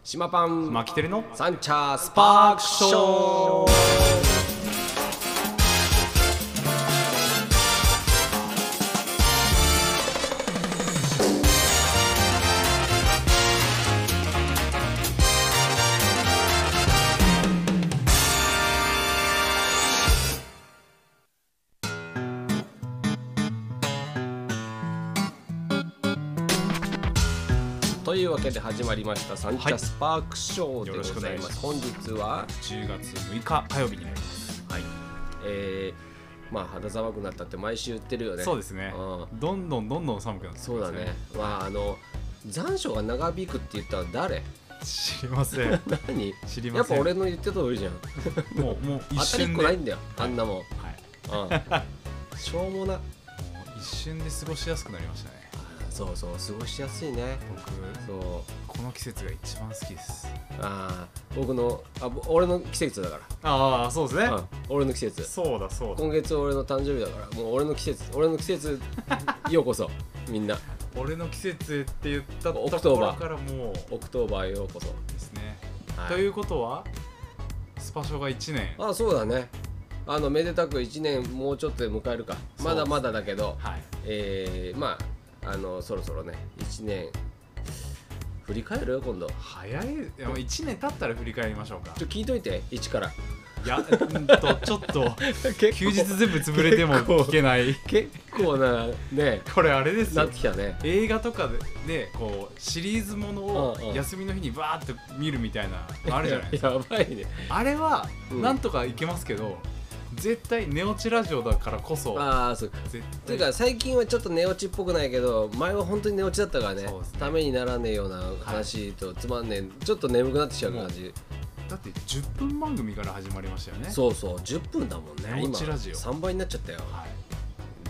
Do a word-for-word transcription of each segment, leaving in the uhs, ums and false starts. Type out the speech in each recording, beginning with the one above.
島パンマキテルのサンチャースパークショー。というわけで始まりましたサンチャースパークショーでございます。本日はじゅうがつむいか火曜日になります。 はい。えー、まあ肌寒くなったって毎週言ってるよね。 そうですね。うん、どんどんどんどん寒くなってますね。 そうだね。まああの残暑が長引くって言ったら誰？ 知りません。 何？ 知りません。 やっぱ俺の言ってた通りじゃん。 もうもう一瞬で。 当たりっこないんだよ。あんなもん。 はい。 うん。しょうもな。もう一瞬で過ごしやすくなりましたね。 そうそう、過ごしやすいね。 僕そうこの季節が一番好きです。 ああ、僕のあ俺の季節だから。 ああ、そうですね、 うん、俺の季節。 そうだそうだ。 今月俺の誕生日だからもう俺の季節俺の季節ようこそみんな。 俺の季節って言ったとオクトーバーころからもうオクトーバーようこそですね、 はい、 ということはスパショがいちねん。 ああ、そうだね。あのめでたくいちねんもうちょっとで迎えるか。まだまだだけど、 はい、 えー、まああのそろそろねいちねん振り返るよ今度。 早い。いやいちねん経ったら振り返りましょうか。 ちょ聞いといていちから。 いや、うんとちょっと休日全部潰れても聞けない。 結構なねこれあれですよ。 なってきたね。 映画とかで、でこうシリーズものをうんうん休みの日にバーって見るみたいなのあるじゃないですか。 やばいね。 あれはうんなんとかいけますけど、絶対寝落ちラジオだからこそ。 ああ、そう。 絶ていう対か最近はちょっと寝落ちっぽくないけど前は本当に寝落ちだったからね。 そうですねためにならねえような話とつまんねえ、ちょっと眠くなってきちゃう感じ。 だってじゅっぷん番組から始まりましたよね。 そうそう、じゅっぷんだもんね。 寝落ちラジオ今さんばいになっちゃったよ。 はい、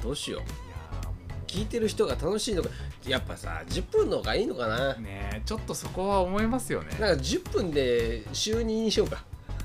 どうしよう。 いやーも聞いてる人が楽しいのか、やっぱさじゅっぷんの方がいいのかな。 うねえ、ちょっとそこは思いますよね。 なんかじゅっぷんで週ににしようか。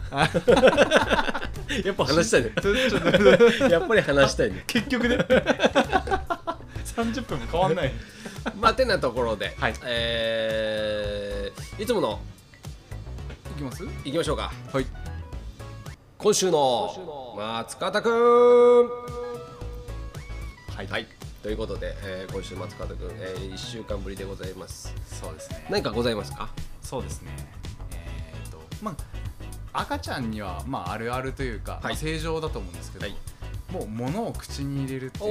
やっぱ話したいね。 ちょちょっとやっぱり話したいね。 結局ねさんじゅっぷんも変わんない。 まあてなところで、 はい、 えー、いつものいきます。 いきましょうか。 はい、 今週の松方くん。 はい、 はい、ということで、えー、今週松方くん、えー、いっしゅうかんぶりでございます。 そうですね。 何かございますか？ そうですね。えー、っとまあ赤ちゃんにはまああるあるというか、はい、まあ、正常だと思うんですけど、はい、もう物を口に入れるっていう、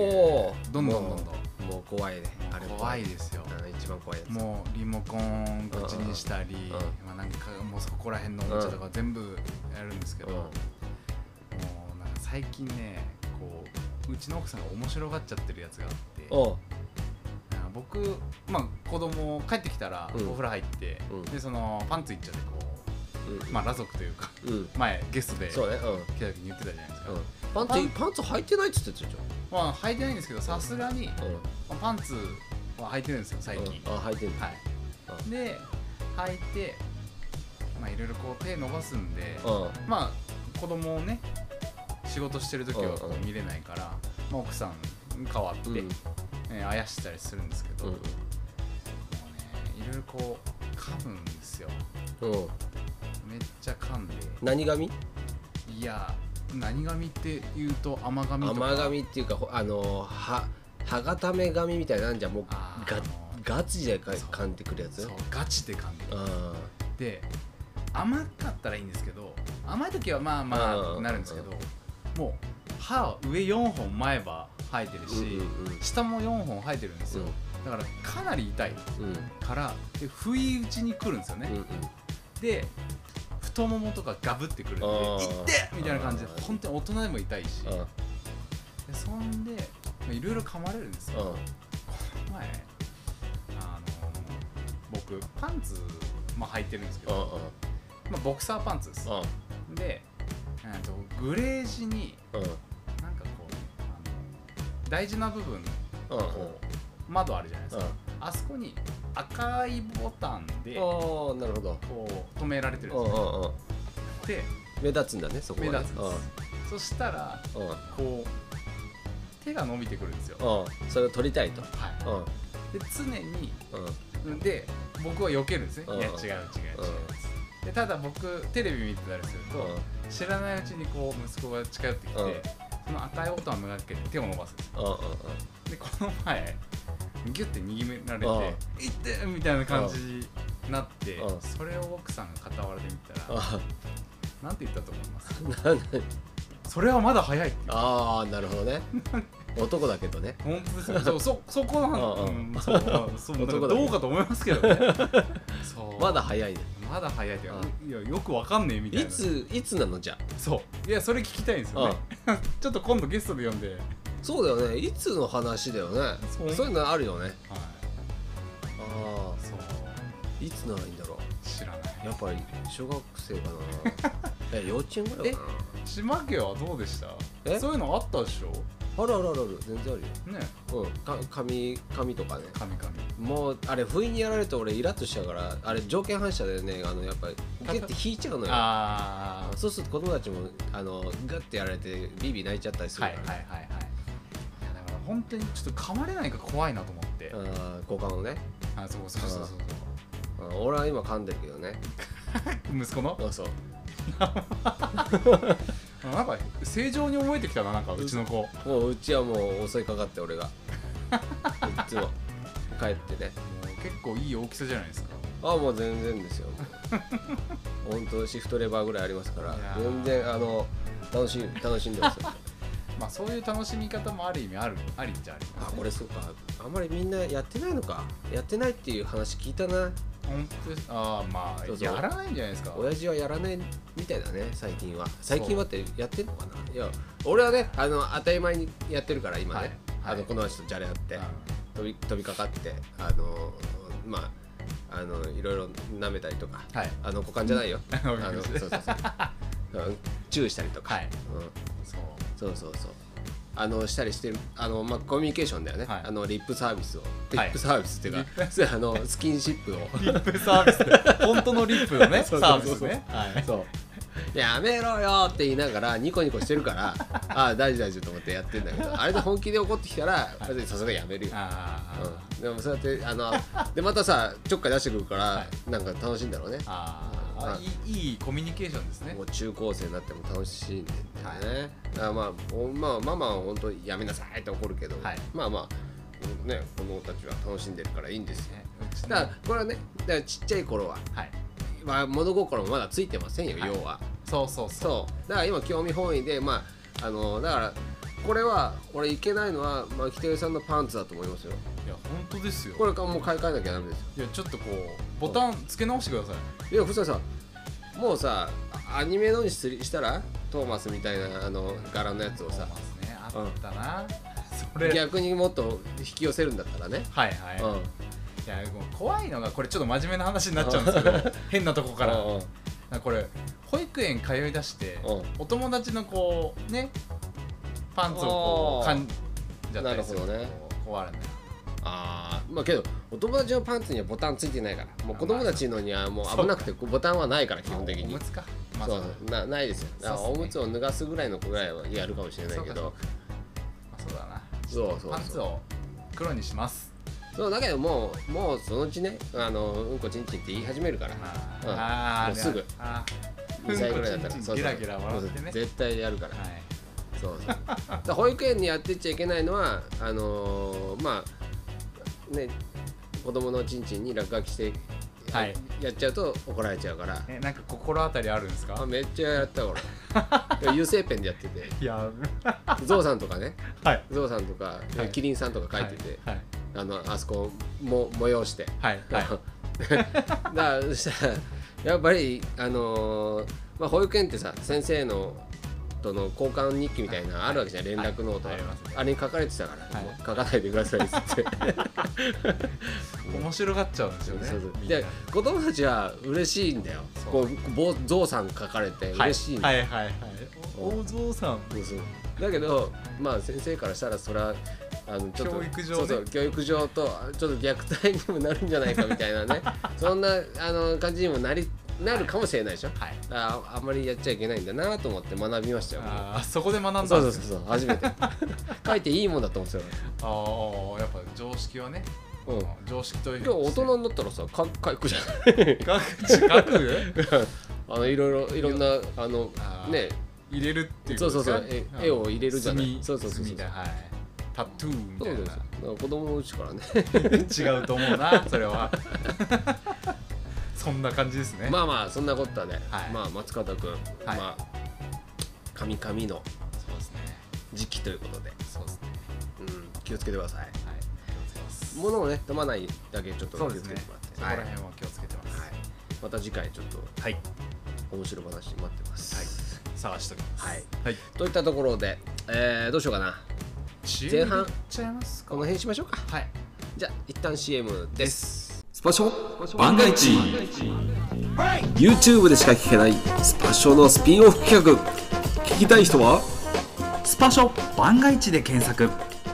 どんどんどんどんもう怖いね。あれ怖いですよ。 一番怖いやつ。 もうリモコン口にしたり、まあなんかもうそこら辺のおもちゃとか全部やるんですけど、うん、もうなんか最近ね、こううちの奥さんが面白がっちゃってるやつがあって、お僕、まあ子供帰ってきたらお風呂入って、うん、でそのパンツ一丁でこう、うん、まあ裸族というか、うん、前ゲストで来た時に言ってたじゃないですか。うん、 パンツパンツ履いてないって言ってたじゃん。 まあ履いてないんですけど、さすがに、うん、パンツは履いてるんですよ最近。 うん、あ、履いてる。 はい。うん、で履いて、まあいろいろこう手伸ばすんで、うん、まあ子供をね仕事してる時はこう見れないから、まあ、奥さん代わって、うん、えー、あやしたりするんですけど、うん、もうねいろいろこう噛むんですよ。うん、めっちゃ噛んで。 何髪？ いや、何髪って言うと甘髪とか。 甘髪っていうか、あのは歯固め髪みたいなんじゃ、もうガガチで噛んでくるやつ。 そう、ガチで噛んでくる。で甘かったらいいんですけど、甘い時はまあまあなるんですけど、もう歯は上よんほん前歯生えてるし、うんうんうん、下もよんほん生えてるんですよ。うん、だからかなり痛いから、で不意打ちに来るんですよね。うんうん、で太ももとかガブってくるんで、いってみたいな感じで、本当に大人でも痛いし、でそんでいろいろ噛まれるんですよ。この前、あの僕パンツ、まあ、履いてるんですけど、まあ、ボクサーパンツです。で、えー、とグレージに、なんかこう、あの大事な部分のこう窓あるじゃないですか。あそこに赤いボタンでこう止められてるんですよ。で目立つんだね、そこはね。 目立つんです。そしたらこう手が伸びてくるんですよ。 それを取りたいと。 はい。で常にで僕は避けるんですね。いや違う違う違う。 でただ僕テレビ見てたりすると、うん、知らないうちにこう息子が近寄ってきて、うん、その赤いボタンをめがけて手を伸ばすんですよ、うんうんうん、でこの前ギュッて握められて「いって!」みたいな感じになって、うん、それを奥さんが傍らで見たら、うん、なんて言ったと思いますそれはまだ早いって言う。 ああなるほどね男だけどね。 本当ですよ。そうそそこなんだ。うん、そうそうそうどうかと思いますけどね。 そうまだ早いね。 まだ早いっていやよくわかんねえみたいな。 いついつなのじゃ。 そういやそれ聞きたいんですよね。ちょっと今度ゲストで呼んで。 そうだよね。いつの話だよね。そう、そういうのあるよね。はい。ああそういつならいいんだろう。 知らない。 やっぱり小学生かな。え幼稚園ぐらいかな。 島家はどうでした？えそういうのあったでしょ？ あるあるあるある全然あるよね。 うんか紙紙とかね紙紙もうあれ不意にやられると俺イラッとしちゃうからあれ条件反射でねあのやっぱりグッて引いちゃうのよあそうすると子供たちもあのグッてやられてビビ泣いちゃったりするから、はいはいはいはい、いやだから本当にちょっと噛まれないか怖いなと思ってあ交換をねあそうそうそうそうそうあ俺は今噛んでるけどね息子のそうそうなんか正常に思えてきたななんかうちの子もううちはもう襲いかかって俺がいつも帰ってねもう結構いい大きさじゃないですかあもう全然ですよ本当シフトレバーぐらいありますから全然あの楽し楽しんでますよまあそういう楽しみ方もある意味あるありっちゃあります、ね、 あこれそうかあんまりみんなやってないのかやってないっていう話聞いたな本当ですああまあそうそうやらないんじゃないですか親父はやらないみたいだね最近は最近はってやってんのかないや俺はねあの当たり前にやってるから今ね、はいはい、あのこの人とじゃれ合って、はい、飛び飛びかかってあのまああのいろいろ舐めたりとか、はい、あの股間じゃないよあのそうそうそうチューしたりとか、はいうん、そうそうそうそうあのしたりしてるあの、まあ、コミュニケーションだよね、はい、あのリップサービスをリップサービスっていうか、はい、あのスキンシップをリップサービス本当のリップのねサービスねそうやめろよって言いながらニコニコしてるからああ大丈夫大丈夫と思ってやってんだけどあれで本気で怒ってきたらさすがにやめるよ、うん、でもそうやってあのでまたさちょっかい出してくるから、はい、なんか楽しいんだろうねああいい、いいコミュニケーションですねもう中高生になっても楽しいんだよね、はい、あまあ、まあ、ママは本当にやめなさいって怒るけど、はい、まあまあね子供たちは楽しんでるからいいんですよ、ね、だからこれはねだからちっちゃい頃は、はいまあ、物心もまだついてませんよ、はい、要はそうそうそうそうだから今興味本位でまああのだからこれは俺いけないのはまあキテルさんのパンツだと思いますよいや本当ですよこれからもう買い替えなきゃダメですよいやちょっとこうボタン付け直してくださいいやふささもうさアニメのにしたらトーマスみたいなあの柄のやつをさトーマスねあったな、うん、 それ逆にもっと引き寄せるんだったらねはいはい、うん、いやもう怖いのがこれちょっと真面目な話になっちゃうんですけど変なとこからこれ保育園通いだしてお友達のこうねパンツをこうかんじゃったりすると壊れないああまあけどお友達のパンツにはボタンついてないからもう子供たちのにはもう危なくてボタンはないから基本的におむつか、 まあ、そうなないですよだからおむつを脱がすぐらいのぐらいはやるかもしれないけどそうだなそうそうそうパンツを黒にしますそうだけどもうもうそのうちねあのうんこちんちんって言い始めるからあ、うん、もうすぐにさいぐらいだったらそうそうゲラゲラ笑ってね絶対やるから、はい、そうそうだ保育園にやってっちゃいけないのはあのー、まあね子供のちんちんに落書きして、はい、やっちゃうと怒られちゃうからえなんか心当たりあるんですかあめっちゃやった俺油性ペンでやってていやゾウさんとかね、 はい、 ゾウさんとか、はい、キリンさんとか書いてて、はいはい、あのあそこも催して、 はいはい、 だからそしたらやっぱりあのーまあ、保育園ってさ先生のとの交換日記みたいなあるわけじゃん、はい、連絡ノート、はい、あれに書かれてたから、はい、もう書かないでくださいっつって面白がっちゃうんですよね。そうそうで子供たちは嬉しいんだよこうゾウさん書かれて嬉しいんだよ、 はいはいはいはいおゾウさんそうそうだけどまあ先生からしたらそれはあのちょっと教育上、ね、 そうそう教育上とちょっと虐待にもなるんじゃないかみたいなねそんなあの感じにもなりなるかもしれないでしょ、はい、あ, あんまりやっちゃいけないんだなと思って学びましたよ。 あそこで学んだんですそうそうそう初めて書いていいもんだと思ってたよああやっぱ常識はねうん、 常識というか大人になったらさか書くじゃない書くあのいろいろいろんなあのね入れるっていうことですか。そうそうそう絵を入れるじゃない。 そうそうそうそう、はい、タトゥーみたいな。そうそう子供のうちからね違うと思うなそれはそんな感じですね。 まあまあそんなことはね、はい、まあ松方君、はい、まあ神々の時期ということで、そうですね、うん、気をつけてください。はい、物をね飲まないだけちょっと気をつけてもらって、 そこら辺は気をつけてます。はい、 また次回ちょっと、はい、面白い話待ってます。はい、 探しておきます。はい、 はい、といったところで、えー、どうしようかな。前半ちゃいますか。 この辺しましょうか。 はい。 じゃあ一旦 シーエム です。 スパショ万が一 YouTube でしか聞けないスパショのスピンオフ企画、聞きたい人はスパショ万が一で検索。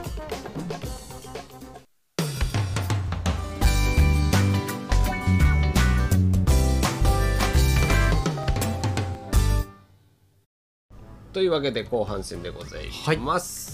というわけで後半戦でございます。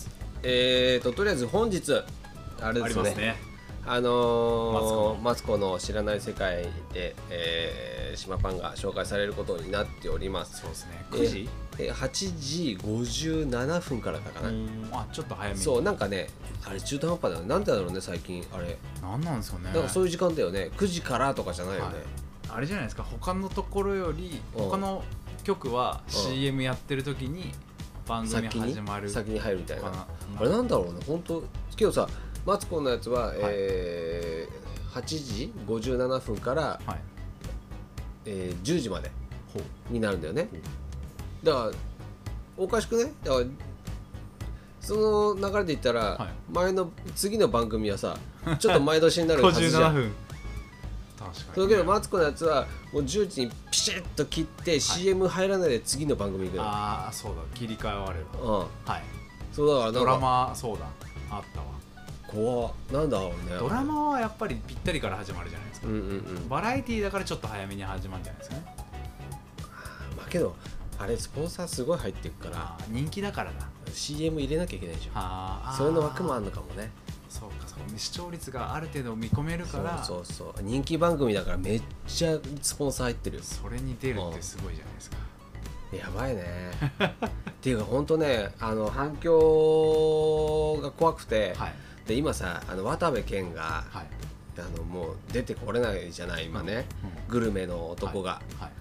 はい、えーととりあえず本日あれですね。ありますね。あのー、マツコの知らない世界で、えー、島パンが紹介されることになっております。 そうですね。くじ？ えー、はちじごじゅうななふんからだかな。 あ、ちょっと早めに。そう、 なんかね、あれ中途半端だよね。なんでだろうね最近あれ。 なんなんですかね。 なんかそういう時間だよね。くじからとかじゃないよね。はい、 あれじゃないですか。他のところより他の局は シーエム やってる時に番組始まる。 先に入るみたいな。あれなんだろうね。本当けどさ。マツコのやつは、はい、えー、はちじごじゅうななふんから、はい、えー、じゅうじまでになるんだよね。だからおかしくね。だからその流れで言ったら、はい、前の次の番組はさちょっと前年になるはずじゃん。ごじゅうななふん確かに、ね、だけどマツコのやつはもうじゅうじにピシッと切って、はい、シーエム 入らないで次の番組行くの。 ああそうだ、切り替えはあれば、うん、はい、 そうだからなんかドラマそうだあったわ。 怖なんだろうね。 ドラマはやっぱりぴったりから始まるじゃないですか。うんうんうん、バラエティーだからちょっと早めに始まるんじゃないですかね。 まあけどあれスポンサーすごい入ってるから人気だからだシーエム 入れなきゃいけないじゃん。あそういうの枠もあるのかもね。 そうかそうか、視聴率がある程度見込めるから。 そうそうそう、人気番組だからめっちゃスポンサー入ってるよ。 それに出るってすごいじゃないですか。 やばいねっていうか本当ね、あの反響が怖くて、はい、で今さあの渡部健が、はい、あのもう出てこれないじゃない今ね、うんうん、グルメの男が、はいはい、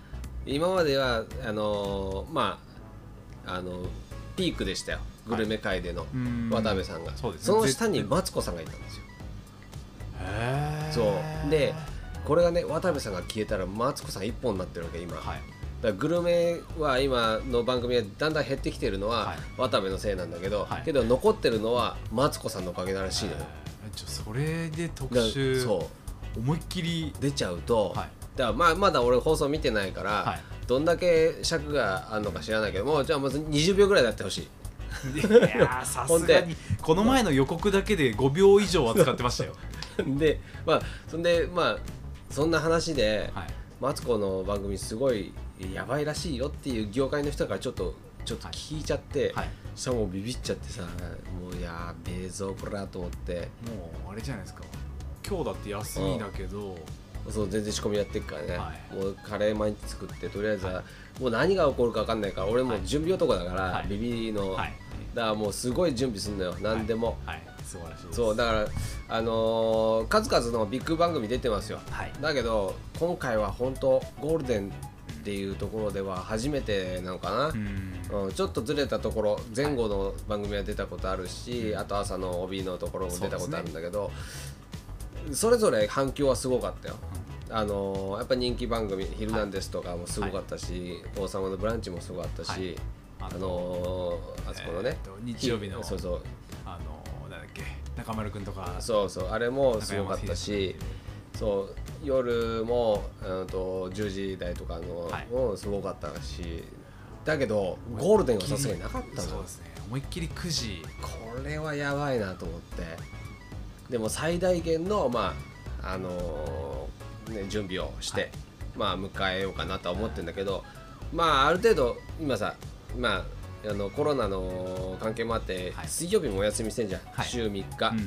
今まではあのまああのピークでしたよ、グルメ界での渡部さんが、はい、そうですね、その下にマツコさんがいたんですよ。へー、そうでこれがね渡部さんが消えたらマツコさん一本になってるわけ今、はい、だグルメは今の番組はだんだん減ってきてるのは、はい、渡部のせいなんだけど、はい、けど残ってるのはマツコさんのおかげらしいのよ。 それで特集そう思いっきり出ちゃうと、はい、だからまあまだ俺放送見てないから、はい、どんだけ尺があるのか知らないけども、じゃあまずにじゅうびょうぐらいでやってほしい。 いやさすがにこの前の予告だけでごびょう以上は使ってましたよでまあそんでまあそんな話で、はい、マツコの番組すごいやばいらしいよっていう業界の人からちょっとちょっと聞いちゃって、はいはい、そしたらもうビビっちゃってさ、もうやべえぞこらと思って、 もうあれじゃないですか、今日だって休みだけど、 うん、そう全然仕込みやってるからね、はい、もうカレー毎日作ってとりあえずは、はい、もう何が起こるか分かんないから俺も準備男だから、はい、ビビりの、はい、だからもうすごい準備するのよ、何でも、はいはい、素晴らしいです。そうだからあのー、数々のビッグ番組出てますよ、はい、だけど今回は本当ゴールデンっていうところでは初めてなのかな、うん、ちょっとずれたところ前後の番組は出たことあるし、はい、あと朝の帯のところも出たことあるんだけど そ,、ね、それぞれ反響はすごかったよ、うん、あのー、やっぱ人気番組「ヒルナンデス」とかもすごかったし「王様のブランチ」もすごかったし、はい、あのー、あそこのね、 えー、日曜日のそうそうあのー、なんだっけ中丸くんとかそうそうあれもすごかったし、そう夜も、うん、とじゅうじ台とかの、はい、もすごかったし、だけどゴールデンはさすがになかったの。 そうですね、思いっきりくじ、 これはやばいなと思って、でも最大限の、まああのーね、準備をして、はい、まあ、迎えようかなとは思ってるんだけど、まあある程度今さ、まあ、あのコロナの関係もあって、はい、水曜日もお休みしてんじゃん、はい、週みっか、うんうん、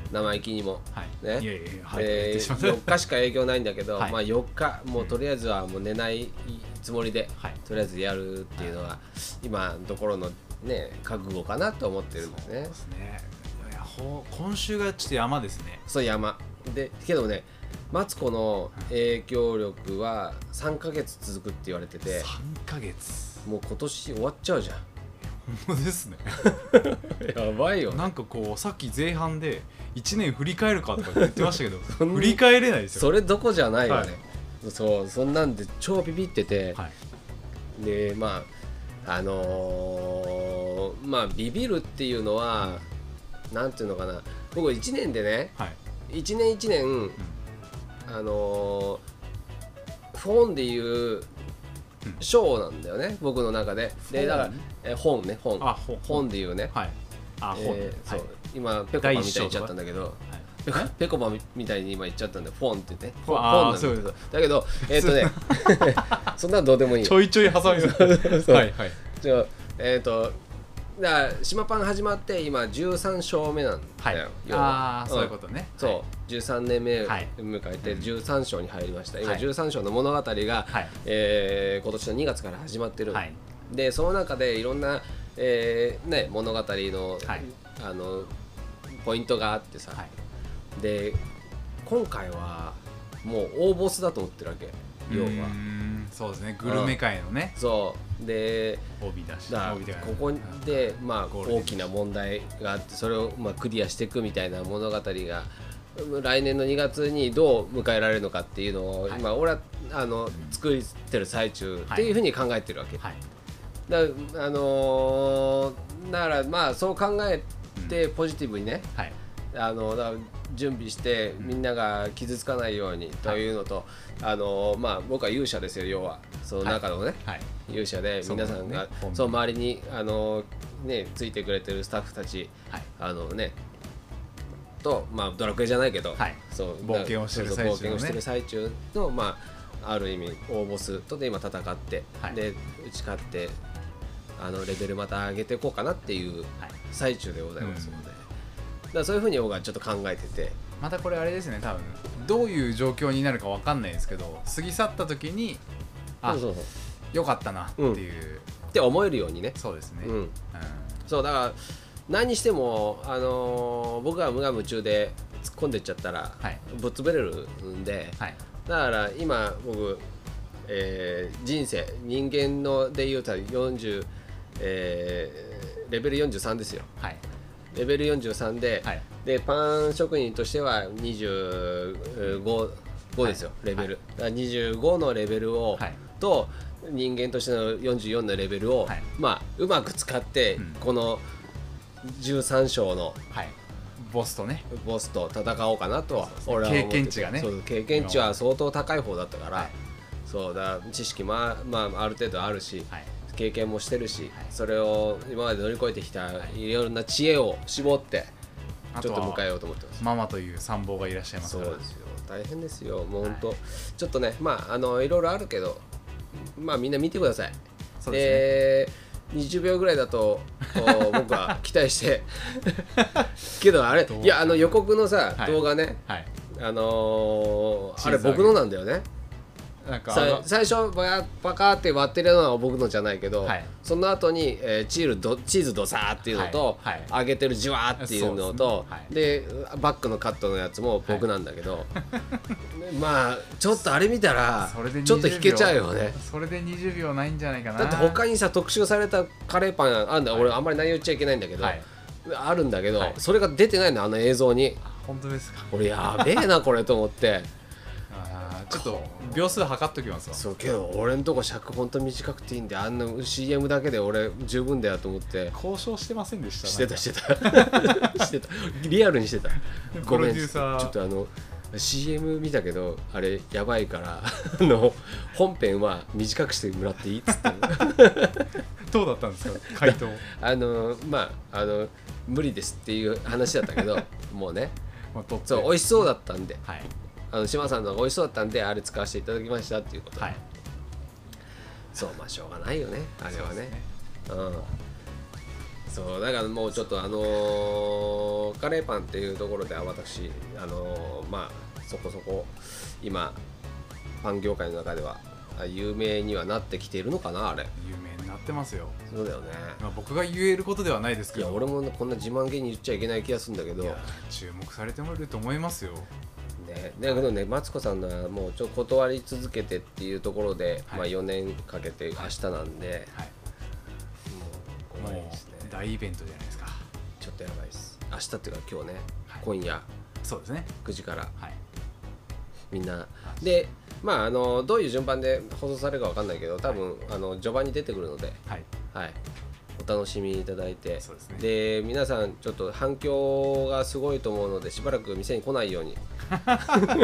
生意気にも、 はいね、 いやいやいやはいで言ってしまったよっかしか営業ないんだけど、 はいまあよっかもうとりあえずはもう寝ないつもりで、 はいとりあえずやるっていうのが、今のところのね覚悟かなと思ってるんですね。 そうですね。いやほ今週がちょっと山ですね。 そう山でけどねマツコの影響力はさんかげつ続くって言われてて、 さんかげつもう今年終わっちゃうじゃん。 本当ですね。 やばいよなんかこうさっき前半でいちねん振り返るかとか言ってましたけどそん振り返れないですよ。 それどこじゃないよね、 はいそうそんなんで超ビビってて、 はいでまああのーまあビビるっていうのは、なんていうのかな、僕いちねんでねはいいちねんいちねん、あのー本でいう賞なんだよね、僕の中で。でだからえ本ね本あ本本でいうね、 はいあ本えーそうはい今ペコパみたいに言っちゃったんだけど、ペコペコパみたいに今言っちゃったんでフォンってね、フォンあーなんだけそうど、だけどえっとねそんなのどうでもいいよ。 ちょいちょい挟みますはいはいじゃあえっとだから島パン始まって今じゅうさん勝目なんはいだよ、要はああそういうことね。 そう、 はいじゅうさんねんめはい迎えてじゅうさん勝に入りました。今はいじゅうさん勝の物語が、 はいえー今年のにがつから始まってる、 はいでその中でいろんな、えーね、物語の、 はいあのポイントがあってさ、 はいで今回はもう大ボスだと思ってるわけ、要うーは。 んそうですねグルメ界のねそうで帯だしだから帯というかここで、まあ、 ゴールデン大きな問題があってそれをまあクリアしていくみたいな物語が来年のにがつにどう迎えられるのかっていうのを、 はい今俺はあの作ってる最中っていうふうに考えてるわけ、 はいだあのーだからまあそう考えてポジティブにね、 はいあのだから準備してみんなが傷つかないようにというのと、あのまあ、僕は勇者ですよ、要はその中のね、 はい勇者で皆さんがそうねそう周りにあの、ね、ついてくれてるスタッフたち、 はいあのねと、まあ、ドラクエじゃないけど、 はいそう冒険をしてるそうそう最中のね冒険をしてる最中の、まあ、ある意味大ボスとで今戦って、 はいで打ち勝ってあのレベルまた上げていこうかなっていうはい最中でございますので、 うんだからそういうふうに僕はちょっと考えてて。 またこれあれですね多分どういう状況になるかわかんないですけど過ぎ去った時にあそうそうそうよかったなっていう、 って思えるようにね、 そうですね、 ううんんそうだから何にしても、あのー僕が無我夢中で突っ込んでっちゃったら、 はいぶっ潰れるんで、 はいだから今僕、えー人生人間のでいうとよんじゅう、えーレベルよんじゅうさんですよ。 はいレベルよんじゅうさんで、 はいでパン職人としてはにじゅうご、ごですよ、レベル、だからにじゅうごのレベルを、 はいと人間としてのよんじゅうよんのレベルを、 はいまあうまく使って、 うんこのじゅうさん勝のはいボスとねボスと戦おうかなとはそうですね俺は思ってて経験値がねそう経験値は相当高い方だったから、 はいそうだ知識まあ、まあ、ある程度あるし、 はい経験もしてるし、 はいそれを今まで乗り越えてきたいろんな知恵を絞ってあとはちょっと迎えようと思ってます。 ママという参謀がいらっしゃいますからそうですよ、大変ですよ、もう本当、 はいちょっとね、まああのいろいろあるけど、まあみんな見てください。 そうですでにじゅうびょうぐらいだとこう僕は期待してけどあれいやあの予告のさ、 はい動画ねはいあのーチーズ揚げあれ僕のなんだよね。 なんかあさの最初バカバカって割ってるのは僕のじゃないけど、 はいその後に、えーチールドチーズドサーっていうのと、 はいはい揚げてるジュワーっていうのとそうでで,、バックのカットのやつも僕なんだけど、まあちょっとあれ見たらそれでちょっと引けちゃうよね。 それでにじゅうびょうないんじゃないかなだって他にさ特集されたカレーパンあんだ、 はい俺あんまり内容言っちゃいけないんだけど、 はいあるんだけど、 はいそれが出てないのあの映像に。 あ本当ですか俺やべえなこれと思ってあーちょっと秒数測っときますわそうけど俺んとこ尺ほんと短くていいんであんな シーエム だけで俺十分だよと思って交渉してませんでしたしてたなんかしてたしてたリアルにしてたプロごめんデューサーちょっとあの シーエム 見たけどあれやばいからあの本編は短くしてもらっていいっつってどうだったんですか回答あのまああの無理ですっていう話だったけどもうねまあ撮ってそう美味しそうだったんではいあの島さんのが美味しそうだったんであれ使わせていただきましたっていうことで、 はいそうまあしょうがないよねあれはねそうですねうんそうだからもうちょっとあのー、カレーパンっていうところでは私あのー、まあそこそこ今パン業界の中では有名にはなってきているのかな。あれ有名になってますよ。 そうだよね、 まあ、僕が言えることではないですけど、 いや俺も、ね、こんな自慢げに言っちゃいけない気がするんだけど、 いや注目されてもらえると思いますよ。 ね、だけどね、マツコさんのはもうちょっと断り続けてっていうところで、 はい、 まあ、よねんかけて明日なんで、 はい、 もう怖いですね。 大イベントじゃないですか。 ちょっとやばいです。明日っていうか今日ね、 はい、 今夜そうですねくじから、 はい、 みんなで、まあ、あのどういう順番で放送されるか分かんないけど多分、はい、あの序盤に出てくるので、 はいはい、お楽しみいただいて、 そうですね、 で皆さんちょっと反響がすごいと思うのでしばらく店に来ないようにま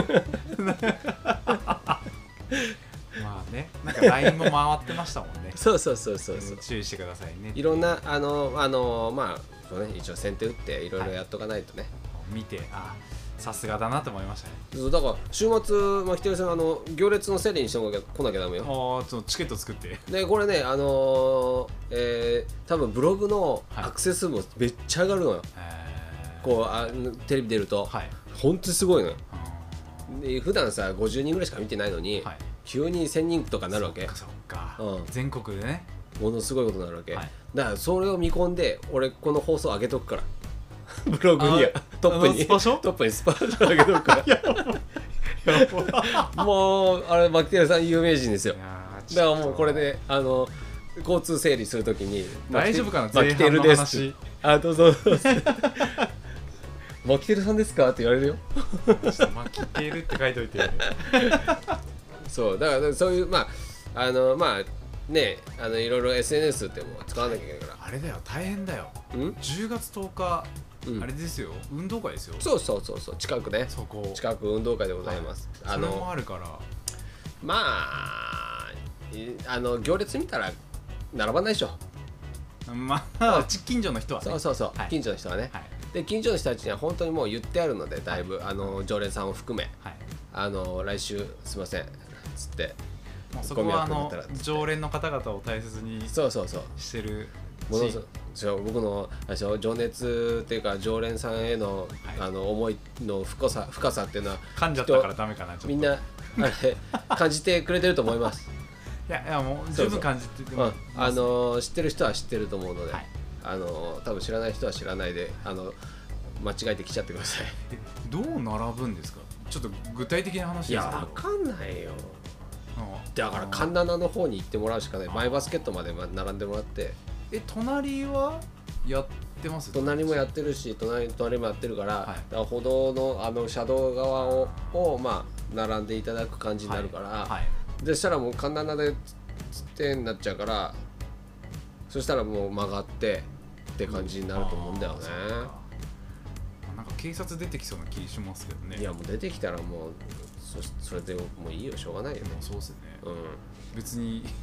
あね、なんか ライン も回ってましたもんね。 そうそうそうそうそう、 注意してくださいね。 いろんなあのあのまあそうね、一応先手打っていろいろやっとかないとね、はい、 見て、あさすがだなと思いましたね。 そうだから週末マキテルさんあの行列の整理にしても来なきゃダメよ。 ああ、チケット作って。 でこれねあのー、えー、多分ブログのアクセス数もめっちゃ上がるのよ、はい、こうあテレビ出ると、はい、本当にすごいのよ。で普段さごじゅうにんぐらいしか見てないのに、はい、急にせんにんとかなるわけ。 そっかそっか、 うん、 全国でねものすごいことになるわけ、はい、だからそれを見込んで俺この放送上げとくからブログにトップにスパショトップにスパショ上げとくからもうあれマキテルさん有名人ですよ。だからもうこれであの交通整理するときに大丈夫かな、 マキテルですあどうぞどうぞマキテルさんですかって言われるよマキテルって書いといてそうだからそういうまああのまあねあのいろいろ エスエヌエス っても使わなきゃいけないから、 あれだよ大変だよ。 んじゅうがつとおか、うん、あれですよ、運動会ですよ。 そうそうそうそう近くね、 そこ近く運動会でございます、 はい、あのそれもあるからまああの行列見たら並ばないでしょ。 まあ近所の人はね、 そうそうそう、 はい、 近所の人はね、はい、で近所の人たちには本当にもう言ってあるのでだいぶ、はい、あの常連さんを含め、はい、あの来週すいませんつってもうそこはあの常連の方々を大切にそうそうそうしてるものそう僕の情熱っていうか常連さんへの、はい、あの思いの深さ深さっていうのは噛んじゃったからダメかなちょっとみんなあれ感じてくれてると思います。 いやいやもう十分感じてても、 うん、あの知ってる人は知ってると思うので、はい、あの多分知らない人は知らないであの間違えてきちゃってください。 どう並ぶんですか。ちょっと具体的な話ですけど。 いやわかんないよ。だから環七の方に行ってもらうしかない。マイバスケットまで並んでもらって。 え隣はやってます。 隣もやってるし隣隣もやってるから、はい、だから歩道のあの車道側ををまあ並んでいただく感じになるから、はいはい、でしたらもう環七でつってになっちゃうから、そしたらもう曲がってって感じになると思うんだよね。 なんか警察出てきそうな気しますけどね。 いやもう出てきたらもう そ, それでもういいよしょうがないよね。 もうそうですね、 うん、 別に、ね、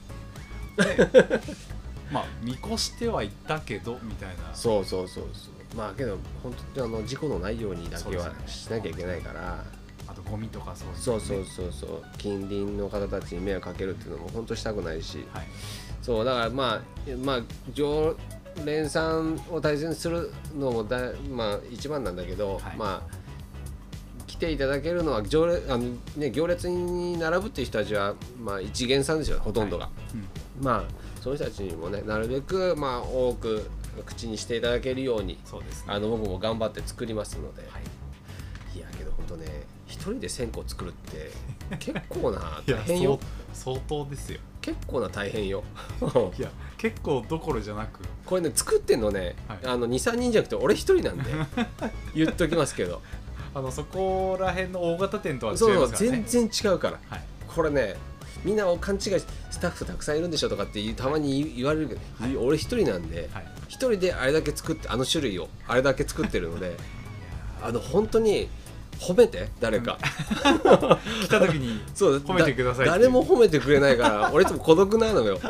まあ見越してはいったけどみたいな。 そうそうそうそうまあけど本当にあの事故のないようにだけはしなきゃいけないから、 あとゴミとかそういう、ね、 そうそうそうそう近隣の方たちに迷惑かけるっていうのも本当したくないし、はい、そうだからまあまあ常連さんを大切にするのもだ、まあ、一番なんだけど、はい、まあ来ていただけるのは常連あの、ね、行列に並ぶっていう人たちは、まあ、一元さんですよほとんどが、はいうん、まあそういう人たちにもねなるべく、まあ、多く口にしていただけるようにそうです、ね、あの僕も頑張って作りますので、はい、いやけど本当ね一人でせんこ作るって結構な大変よ相当ですよ結構な大変よいや結構どころじゃなくこれね作ってんのね、はい、あの にさんにんじゃなくて俺一人なんで言っときますけどあのそこら辺の大型店とは違いますからね。 そうそう全然違うから、はい、これねみんな勘違いスタッフたくさんいるんでしょとかってたまに言われるけど、はい、俺一人なんで一、はい、人であれだけ作ってあの種類をあれだけ作ってるのであの本当に褒めて誰か来た時に褒めてくださいって誰も褒めてくれないから俺いつも孤独なのよ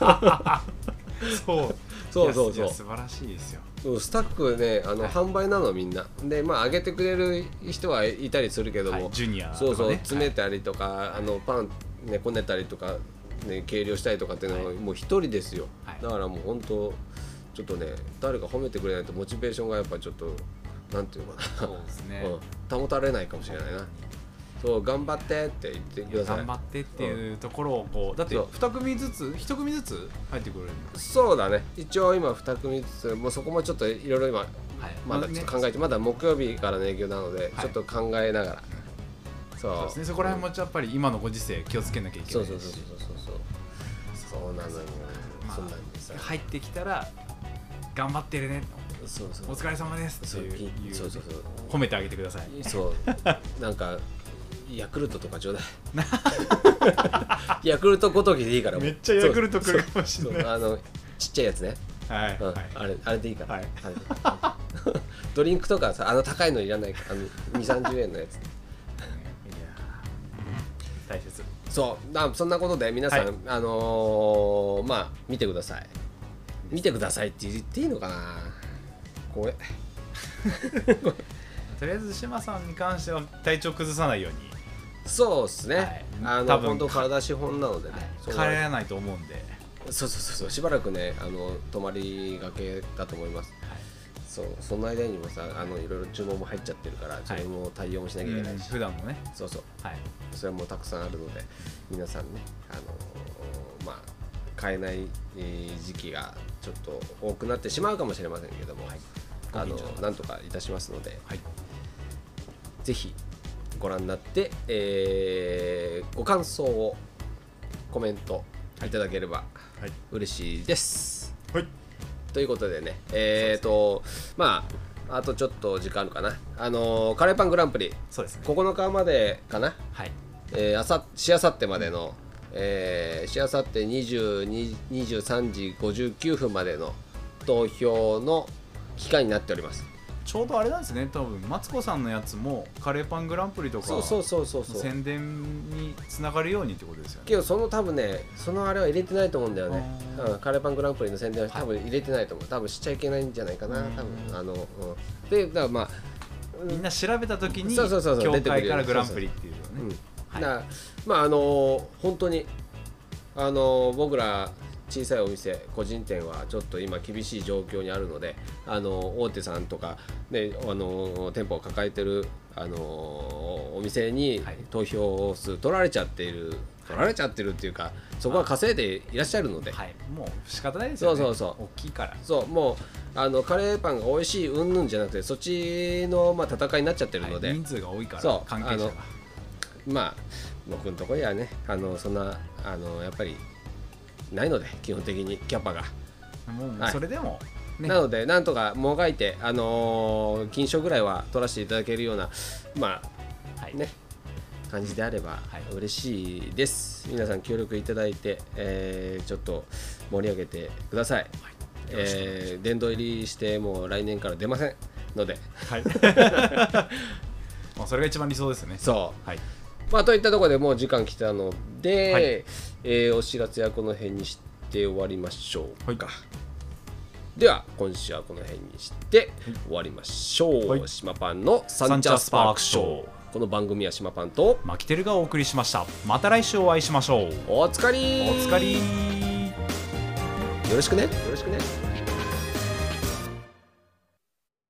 そうそうそうそう素晴らしいですよ。 スタッフねあの、はい、販売なのみんなでまああげてくれる人はいたりするけども、 はい、ジュニアとか、ね、 そうそう詰めたりとか、はい、あのパンねこねたりとかね計量したりとかっていうのはもう一人ですよ、はい、だからもう本当ちょっとね誰か褒めてくれないとモチベーションがやっぱちょっとなんていうのかなそうですね、 うん、保たれないかもしれないな。そう頑張ってって言ってください。 頑張ってっていうところをこうだってに組ずついち組ずつ入ってくれるんです。 そうだね、一応今に組ずつ、もうそこもちょっといろいろ今、はい、まだちょっと考えて、まだ木曜日からの営業なので、はい、ちょっと考えながら、そうそうですね、そこら辺もやっぱり今のご時世気をつけなきゃいけないし、 そうそうそうそうそうそうなのよ、まあ、そうなんですよ。 入ってきたら頑張ってるね、 そうそうお疲れ様ですっていう、 そうそうそう褒めてあげてください。 そうなんかヤクルトとかちょうだいヤクルトごときでいいから。 めっちゃヤクルト来るかもしれない。 あのちっちゃいやつね、はい、うん、はい、あれあれでいいから、はい、ドリンクとかさ、あの高いのいらないから、あのにじゅう、さんじゅうえんのやつ大切。 そうな、そんなことで皆さん、はい、あのー、まあ見てください見てくださいって言っていいのかな、これとりあえず島さんに関しては体調崩さないように。 そうですね、はい、あの本当体資本なのでね、 はい、帰らないと思うんで、 そうそうそうそう、しばらくね、あの泊まりがけだと思います、はい、そうその間にもさ、あのいろいろ注文も入っちゃってるから、注文も対応もしなきゃいけないし、 はい、うん、普段もね、 そうそう、 はい、 それもたくさんあるので、皆さんね、あのー、まあ買えない時期がちょっと多くなってしまうかもしれませんけども、はい、あのなんとかいたしますので、はい、ぜひご覧になって、えー、ご感想をコメントいただければ嬉しいです。はい、ということでね、えーとまああとちょっと時間あるかな、あのー、カレーパングランプリ、そうですね、ここのかまでかな、はい、えー、あさしあさってまでの、えー、しあさってにじゅうに、にじゅうさんじごじゅうきゅうふんまでの投票の期間になっております。 ちょうどあれなんですね、多分マツコさんのやつもカレーパングランプリとか宣伝につながるようにってことですよね。 けどその多分ね、そのあれは入れてないと思うんだよね、うん、カレーパングランプリの宣伝は多分入れてないと思う、多分しちゃいけないんじゃないかな、多分あの、うん、でだからまあみんな調べた時に協会からグランプリっていうのね、 だからまああの本当にあの僕ら小さいお店個人店はちょっと今厳しい状況にあるので、あの大手さんとか、ね、あの店舗を抱えてるあのお店に投票数取られちゃっている、はい、取られちゃってるっていうか、そこは稼いでいらっしゃるので、 はい、もう仕方ないですよね。 そうそうそう、 大きいから、 そうもうあのカレーパンが美味しいうんぬんじゃなくて、そっちの、まあ、戦いになっちゃってるので、 はい、人数が多いから、 そう関係者がまあ僕のところにはね、あのそんなあのやっぱりないので、基本的にキャパがもうそれでも、 ね、なのでなんとかもがいて、あのー、金賞ぐらいは取らせていただけるような、まあ、はい、ね感じであれば嬉しいです、はい、皆さん協力いただいて、えー、ちょっと盛り上げてください、はい、えー、殿堂入りしてもう来年から出ませんので、はいまあそれが一番理想ですね。 そう、 はい、 まあ、といったところでもう時間来たので、はい、えー、お知らせはこの辺にして終わりましょうか、はい、では今週はこの辺にして終わりましょう、はい、島パンのサンチャスパークショー、この番組は島パンとマキテルがお送りしました。また来週お会いしましょう。 おつかりー、 おつかりー、 よろしくね、よろしくね。